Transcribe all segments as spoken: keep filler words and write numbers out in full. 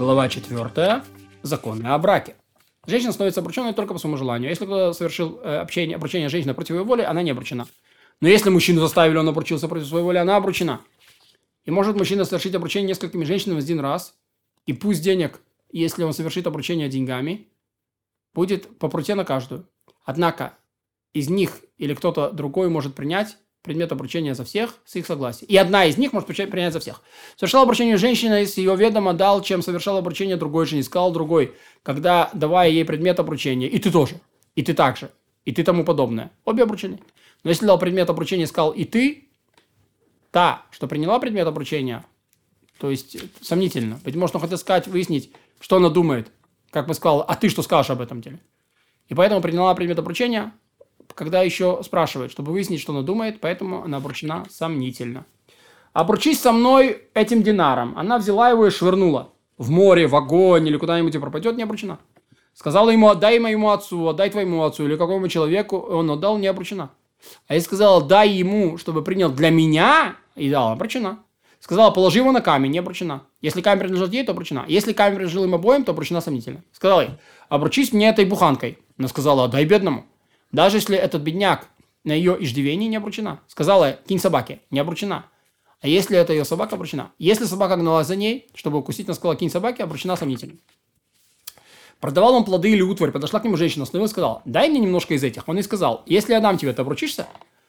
Глава четвертая. Законы о браке. Женщина становится обрученной только по своему желанию. Если кто-то совершил э, общение, обручение женщины против ее воли, она не обручена. Но если мужчину заставили, он обручился против своей воли, она обручена. И может мужчина совершить обручение несколькими женщинами один раз, и пусть денег, если он совершит обручение деньгами, будет по пруте на каждую. Однако из них или кто-то другой может принять предмет обручения за всех с их согласия. И одна из них может принять за всех. Совершал обручение женщина, с ее ведома дал, чем совершал обручение другой жене. Сказал другой, когда давая ей предмет обручения. И ты тоже. И ты также. И ты тому подобное. Обе обручены. Но если дал предмет обручения, сказал и ты, та, что приняла предмет обручения, то есть сомнительно. Быть может, он хотел сказать, выяснить, что она думает. Как бы сказал, а ты что скажешь об этом деле? И поэтому приняла предмет обручения, когда еще спрашивает, чтобы выяснить, что она думает, поэтому она обручена сомнительно. Обручись со мной этим динаром. Она взяла его и швырнула. В море, в огонь или куда-нибудь и пропадет, не обручена. Сказала ему, отдай моему отцу, отдай твоему отцу или какому человеку, он отдал, не обручена. А если сказала, дай ему, чтобы принял для меня, и дала, обручена. Сказала, положи его на камень, не обручена. Если камень принадлежит ей, то обручена. Если камень принадлежит им обоим, то обручена сомнительно. Сказала ей, обручись мне этой буханкой. Она сказала, отдай бедному. Даже если этот бедняк на ее иждивении не обручена. Сказала, кинь собаке, не обручена. А если это ее собака, обручена. Если собака гналась за ней, чтобы укусить, она сказала, кинь собаке, обручена сомнительно. Продавал он плоды или утварь, подошла к нему женщина, остановилась и сказала, дай мне немножко из этих. Он ей сказал, если я дам тебе, ты обручишься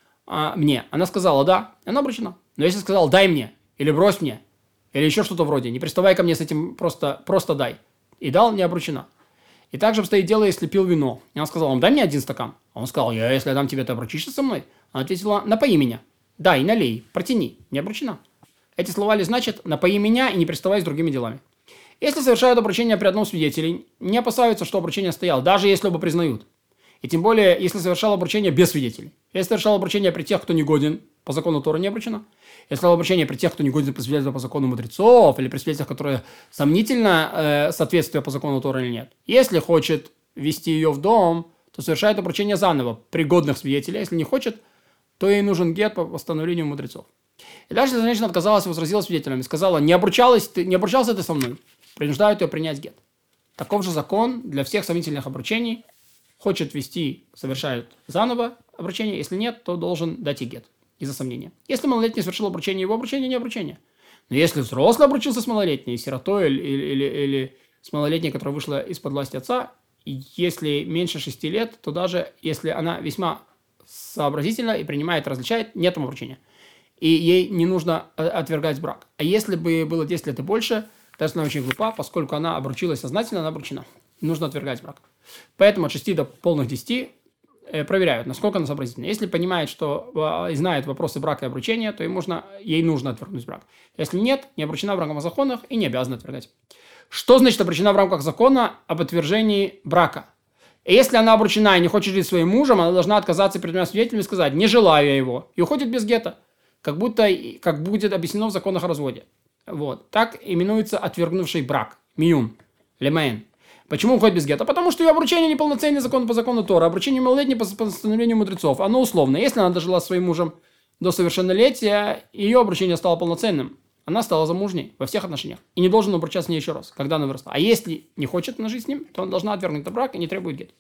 а, мне? Она сказала, да, она обручена. Но если сказал, дай мне, или брось мне, или еще что-то вроде, не приставай ко мне с этим, просто, просто дай. И дал, не обручена. И также обстоит дело, если пил вино. И она сказала, он дай мне один стакан. А он сказал, я, если я дам тебе, ты обручишься со мной? Она ответила, напои меня. Дай, налей, протяни. Не обручена. Эти слова ли значит, напои меня и не приставай с другими делами. Если совершают обручение при одном свидетеле, не опасаются, что обручение стояло, даже если оба признают. И тем более, если совершал обручение без свидетелей. Если совершал обручение при тех, кто не годен по закону Торы, не обручена. Если совершал обручение при тех, кто не годен по свидетельству по закону мудрецов, или при свидетельствах, которые сомнительно э, соответствие по закону Торы или нет. Если хочет ввести ее в дом, то совершает обручение заново при годных свидетелях. Если не хочет, то ей нужен гет по постановлению мудрецов. И даже если женщина отказалась и возразила свидетелями, сказала, не, обручалась ты, не обручался ты со мной, принуждают ее принять гет. Таков же закон для всех сомнительных обручений. Хочет вести, совершает заново обручение. Если нет, то должен дать и гет из-за сомнения. Если малолетний совершил обручение, его обручение не обручение. Но если взрослый обручился с малолетней, сиротой или, или, или с малолетней, которая вышла из-под власти отца, если меньше шести лет, то даже если она весьма сообразительна и принимает, различает, нет обручения. И ей не нужно отвергать брак. А если бы было десять лет и больше, даже она очень глупа, поскольку она обручилась сознательно, она обручена. Нужно отвергать брак. Поэтому от шести до полных десяти э, проверяют, насколько она сообразительна. Если понимает, что э, знает вопросы брака и обручения, то ей, можно, ей нужно отвергнуть брак. Если нет, не обручена в рамках законов и не обязана отвергать. Что значит обручена в рамках закона об отвержении брака? И если она обручена и не хочет жить своим мужем, она должна отказаться перед двумя свидетелями и сказать, не желаю я его, и уходит без гета, как будто как будет объяснено в законах о разводе. Вот. Так именуется отвергнувший брак. Миюн. Лемейн. Почему уходит без гета? Потому что ее обручение неполноценный закон по закону Тора. Обручение малолетней по постановлению мудрецов. Оно условно. Если она дожила с своим мужем до совершеннолетия, ее обручение стало полноценным. Она стала замужней во всех отношениях. И не должен обручаться с ней еще раз, когда она выросла. А если не хочет она жить с ним, то она должна отвергнуть этот брак и не требует гет.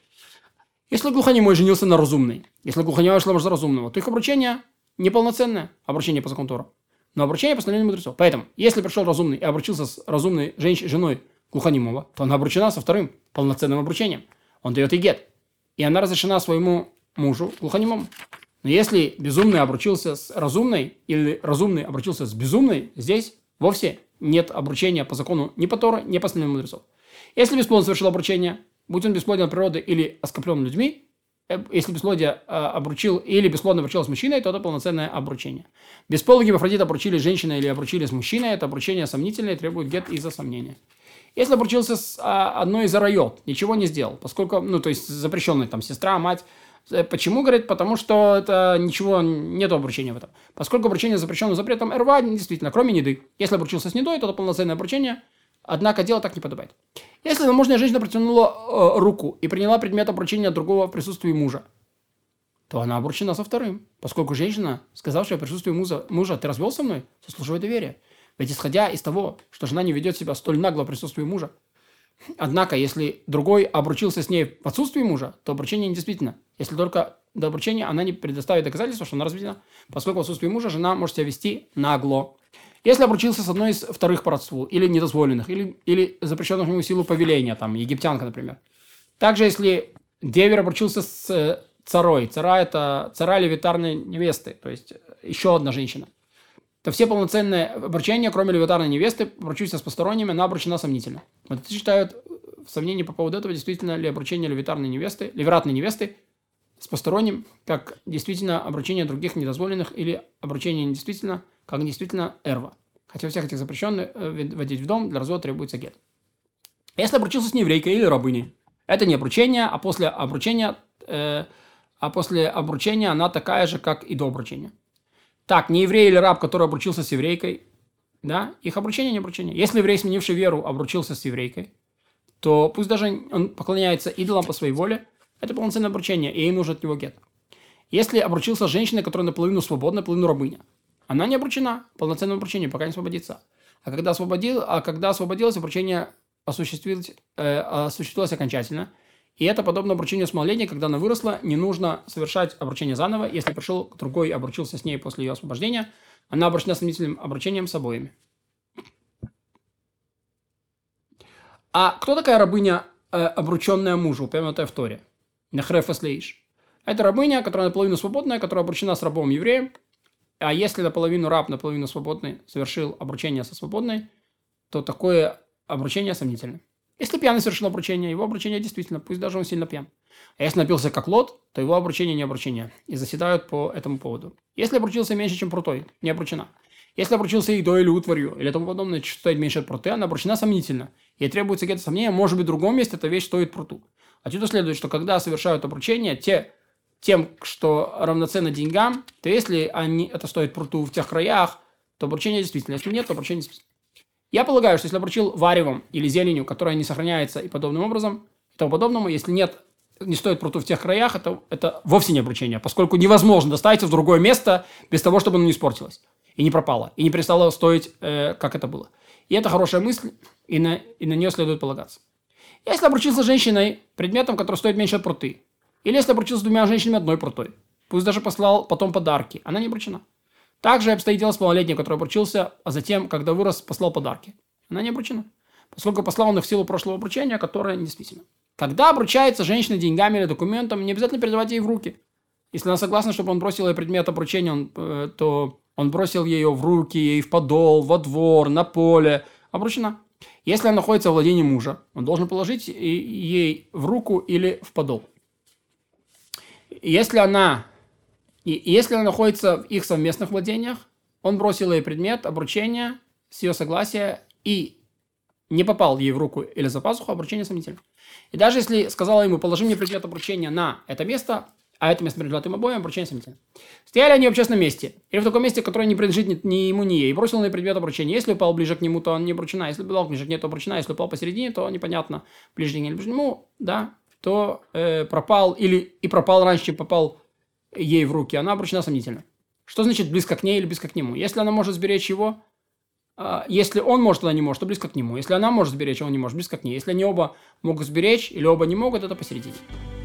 Если глухонемой женился на разумной, если глухонемой шла за разумного, то их обручение неполноценное. Обручение по закону Тора. Но обручение по постановлению мудрецов. Поэтому, если пришел разумный и обручился с разумной женщиной, женой глухонемого, то она обручена со вторым полноценным обручением. Он дает ей гет. И она разрешена своему мужу глухонемому. Но если безумный обручился с разумной, или разумный обручился с безумной, здесь вовсе нет обручения по закону ни по Тору, ни по постановлению мудрецов. Если бесплодно совершил обручение, будь он бесплоден от природы или оскоплен людьми, если бесплодие э, обручил или бесплодно обручил с мужчиной, то это полноценное обручение. Бесполый гемофродит обручили с женщиной или обручили с мужчиной, это обручение сомнительное и требует гет из-за сомнения. Если обручился с а, одной из арайот, ничего не сделал, поскольку, ну, то есть запрещенная там сестра, мать. Почему, говорит? Потому что это ничего, нет обручения в этом. Поскольку обручение запрещено запретом эрва, действительно, кроме неды. Если обручился с недой, то это полноценное обручение, однако дело так не подобает. Если замужняя женщина протянула э, руку и приняла предмет обручения другого в присутствии мужа, то она обручена со вторым, поскольку женщина, сказавшая в присутствии мужа, мужа, ты развел со мной, заслуживает доверия. Ведь исходя из того, что жена не ведет себя столь нагло в присутствии мужа, однако, если другой обручился с ней в отсутствии мужа, то обручение недействительно. Если только до обручения она не предоставит доказательства, что она разведена, поскольку в отсутствии мужа жена может себя вести нагло. Если обручился с одной из вторых по родству, или недозволенных, или, или запрещенных ему силу повеления, там, египтянка, например. Также, если деверь обручился с царой, цара – это цара левитарной невесты, то есть еще одна женщина, то все полноценные обручения, кроме левитарной невесты, обручившись с посторонними, она обручена сомнительно. Вот это считают в сомнении по поводу этого, действительно ли обручение левитарной невесты, левератной невесты с посторонним, как действительно обручение других недозволенных, или обручение недействительно, как действительно эрва. Хотя у всех этих запрещенных вводить в дом для развода требуется гет. Если обручился с нееврейкой или рабыней, это не обручение, а после обручения, э, а после обручения она такая же, как и до обручения. Так, не еврей или раб, который обручился с еврейкой, да, их обручение не обручение. Если еврей, сменивший веру, обручился с еврейкой, то пусть даже он поклоняется идолам по своей воле, это полноценное обручение, и ей нужен от него гет. Если обручился с женщиной, которая наполовину свободна, наполовину рабыня, она не обручена полноценному обручению, пока не освободится. А когда, освободил, а когда освободилась, обручение осуществилось, э, осуществилось окончательно. И это подобно обручению с малолетней, когда она выросла, не нужно совершать обручение заново. Если пришел другой, обручился с ней после ее освобождения, она обручена сомнительным обручением с обоими. А кто такая рабыня, э, обрученная мужу, упомянутая в Торе? Нехрефес леиш. Это рабыня, которая наполовину свободная, которая обручена с рабом-евреем. А если наполовину раб, наполовину свободный совершил обручение со свободной, то такое обручение сомнительно. Если пьяный совершил обручение, его обручение действительно, пусть даже он сильно пьян. А если напился как лот, то его обручение не обручение. И заседают по этому поводу. Если обручился меньше, чем прутой, не обручена. Если обручился едой или утварью, или тому подобное, что стоит меньше от пруты, она обручена сомнительно. Ей требуется где-то сомнение, может быть, в другом месте эта вещь стоит пруту. Отсюда следует, что когда совершают обручение, те, тем, что равноценно деньгам, то если они, это стоит пруту в тех краях, то обручение действительно. Если нет, то обручение действительно. Я полагаю, что если обручил варевом или зеленью, которая не сохраняется и подобным образом, и тому подобному, если нет, не стоит пруту в тех краях, это, это вовсе не обручение, поскольку невозможно доставить в другое место без того, чтобы оно не испортилось, и не пропало, и не перестало стоить, э, как это было. И это хорошая мысль, и на, и на нее следует полагаться. Если обручился с женщиной предметом, который стоит меньше от пруты, или если обручился с двумя женщинами одной прутой, пусть даже послал потом подарки, она не обручена. Также обстоит дело с малолетним, который обручился, а затем, когда вырос, послал подарки. Она не обручена, поскольку послал он их в силу прошлого обручения, которое недействительно. Когда обручается женщина деньгами или документом, не обязательно передавать ей в руки. Если она согласна, чтобы он бросил ей предмет обручения, он, э, то он бросил ее в руки, ей в подол, во двор, на поле. Обручена. Если она находится в владении мужа, он должен положить ей в руку или в подол. Если она, и если она находится в их совместных владениях, он бросил ей предмет обручения с ее согласия и не попал ей в руку или за пазуху, обручение сомнительно. И даже если сказала ему, положи мне предмет обручения на это место, а это место принадлежит им обоим, обручение сомнительно. Стояли они в общественном месте, или в таком месте, которое не принадлежит ни ему, ни ей, и бросил на предмет обручения. Если упал ближе к нему, то он не обручена. Если упал ближе к ней, то обручена. Если упал посередине, то непонятно, ближе к ней или ближе к нему, да, то э, пропал, или и пропал раньше, чем попал ей в руки, она обручена сомнительно. Что значит близко к ней или близко к нему? Если она может сберечь его, э, если он может, она не может, то близко к нему. Если она может сберечь, а он не может, близко к ней. Если они оба могут сберечь или оба не могут, это посередине.